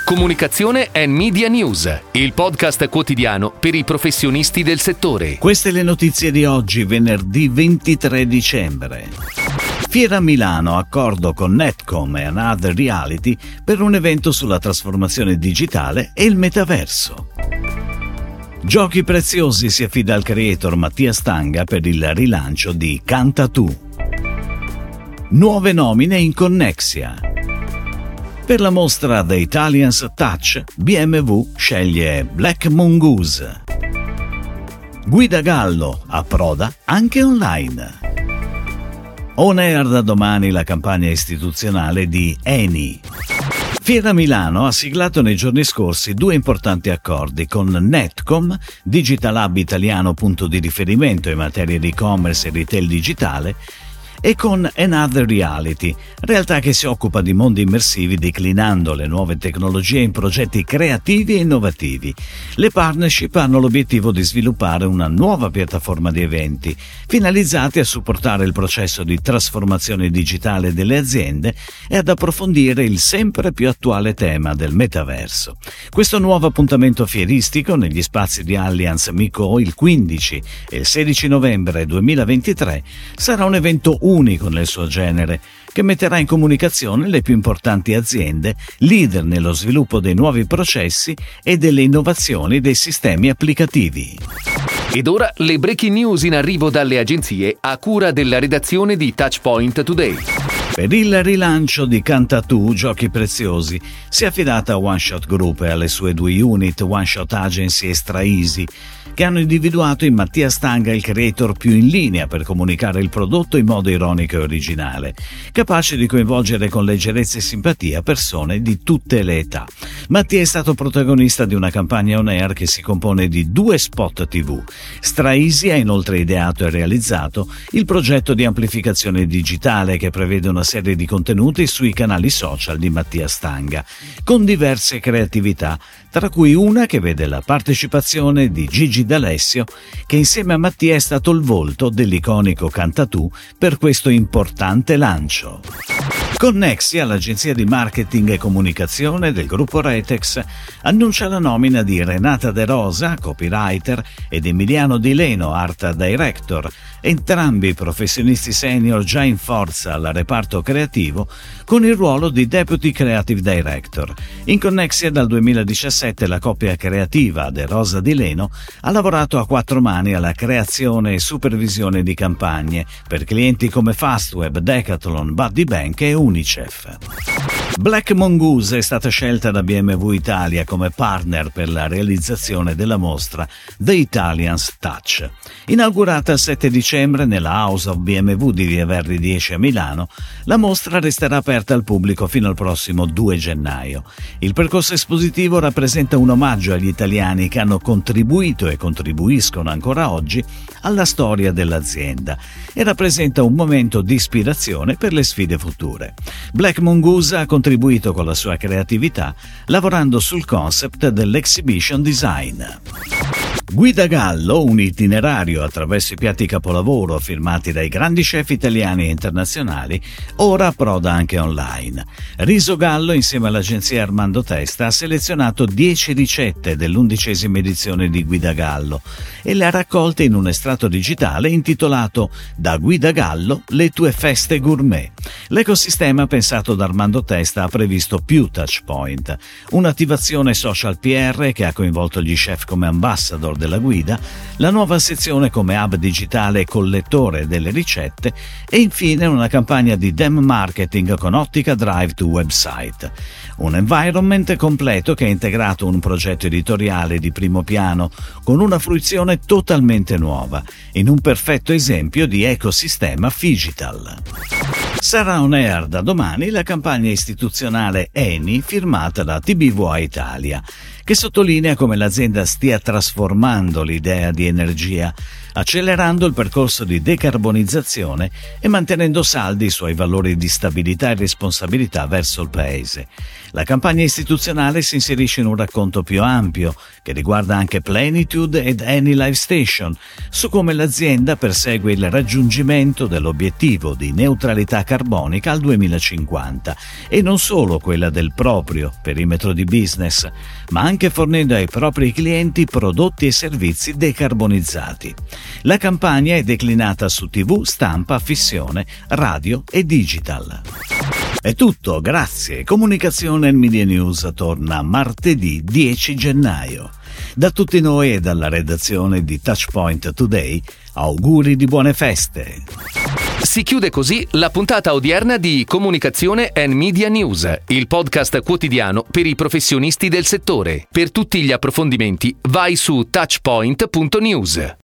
Comunicazione e Media News, il podcast quotidiano per i professionisti del settore. Queste le notizie di oggi, venerdì 23 dicembre. Fiera Milano, accordo con Netcom e Another Reality per un evento sulla trasformazione digitale e il metaverso. Giochi Preziosi si affida al creator Mattia Stanga per il rilancio di Canta Tu. Nuove nomine in Connexia. Per la mostra The Italians Touch, BMW sceglie Black Mongoose. Guida Gallo approda anche online. On air da domani la campagna istituzionale di Eni. Fiera Milano ha siglato nei giorni scorsi 2 importanti accordi con Netcom, Digital Hub italiano punto di riferimento in materia di e-commerce e retail digitale, e con Another Reality, realtà che si occupa di mondi immersivi declinando le nuove tecnologie in progetti creativi e innovativi. Le partnership hanno l'obiettivo di sviluppare una nuova piattaforma di eventi, finalizzati a supportare il processo di trasformazione digitale delle aziende e ad approfondire il sempre più attuale tema del metaverso. Questo nuovo appuntamento fieristico negli spazi di Allianz MiCo il 15 e il 16 novembre 2023 sarà un evento unico nel suo genere, che metterà in comunicazione le più importanti aziende, leader nello sviluppo dei nuovi processi e delle innovazioni dei sistemi applicativi. Ed ora le breaking news in arrivo dalle agenzie a cura della redazione di Touchpoint Today. Per il rilancio di Canta Tu, Giochi Preziosi, si è affidata a One Shot Group e alle sue 2 unit, One Shot Agency e Straeasy, che hanno individuato in Mattia Stanga il creator più in linea per comunicare il prodotto in modo ironico e originale, capace di coinvolgere con leggerezza e simpatia persone di tutte le età. Mattia è stato protagonista di una campagna on air che si compone di 2 spot TV. Straeasy ha inoltre ideato e realizzato il progetto di amplificazione digitale che prevede una serie di contenuti sui canali social di Mattia Stanga, con diverse creatività, tra cui una che vede la partecipazione di Gigi D'Alessio, che insieme a Mattia è stato il volto dell'iconico Canta Tu per questo importante lancio. Connexia, l'agenzia di marketing e comunicazione del gruppo Retex, annuncia la nomina di Renata De Rosa, copywriter, ed Emiliano Di Leno, art director, entrambi professionisti senior già in forza al reparto creativo, con il ruolo di Deputy Creative Director. In Connexia dal 2017 la coppia creativa De Rosa Di Leno ha lavorato a 4 mani alla creazione e supervisione di campagne per clienti come Fastweb, Decathlon, Buddy Bank e Unicef. Black Mongoose è stata scelta da BMW Italia come partner per la realizzazione della mostra The Italians Touch. Inaugurata il 7 dicembre nella House of BMW di Via Verdi 10 a Milano, la mostra resterà aperta al pubblico fino al prossimo 2 gennaio. Il percorso espositivo rappresenta un omaggio agli italiani che hanno contribuito e contribuiscono ancora oggi alla storia dell'azienda e rappresenta un momento di ispirazione per le sfide future. Black Mongoose ha contribuito con la sua creatività lavorando sul concept dell'exhibition design. Guida Gallo, un itinerario attraverso i piatti capolavoro firmati dai grandi chef italiani e internazionali, ora approda anche online. Riso Gallo, insieme all'agenzia Armando Testa, ha selezionato 10 ricette dell'11ª edizione di Guida Gallo e le ha raccolte in un estratto digitale intitolato Da Guida Gallo, le tue feste gourmet. L'ecosistema pensato da Armando Testa ha previsto più touchpoint, un'attivazione social PR che ha coinvolto gli chef come ambassador della guida, la nuova sezione come hub digitale e collettore delle ricette e infine una campagna di dem marketing con ottica drive to website. Un environment completo che ha integrato un progetto editoriale di primo piano con una fruizione totalmente nuova, in un perfetto esempio di ecosistema phygital. Sarà on air da domani la campagna istituzionale Eni firmata da TBVA Italia, che sottolinea come l'azienda stia trasformando l'idea di energia, accelerando il percorso di decarbonizzazione e mantenendo saldi i suoi valori di stabilità e responsabilità verso il Paese. La campagna istituzionale si inserisce in un racconto più ampio, che riguarda anche Plenitude ed Any Live Station, su come l'azienda persegue il raggiungimento dell'obiettivo di neutralità carbonica al 2050, e non solo quella del proprio perimetro di business, ma anche fornendo ai propri clienti prodotti e servizi decarbonizzati. La campagna è declinata su TV, stampa, fissione, radio e digital. È tutto, grazie. Comunicazione e Media News torna martedì 10 gennaio. Da tutti noi e dalla redazione di Touchpoint Today, auguri di buone feste. Si chiude così la puntata odierna di Comunicazione and Media News, il podcast quotidiano per i professionisti del settore. Per tutti gli approfondimenti vai su touchpoint.news.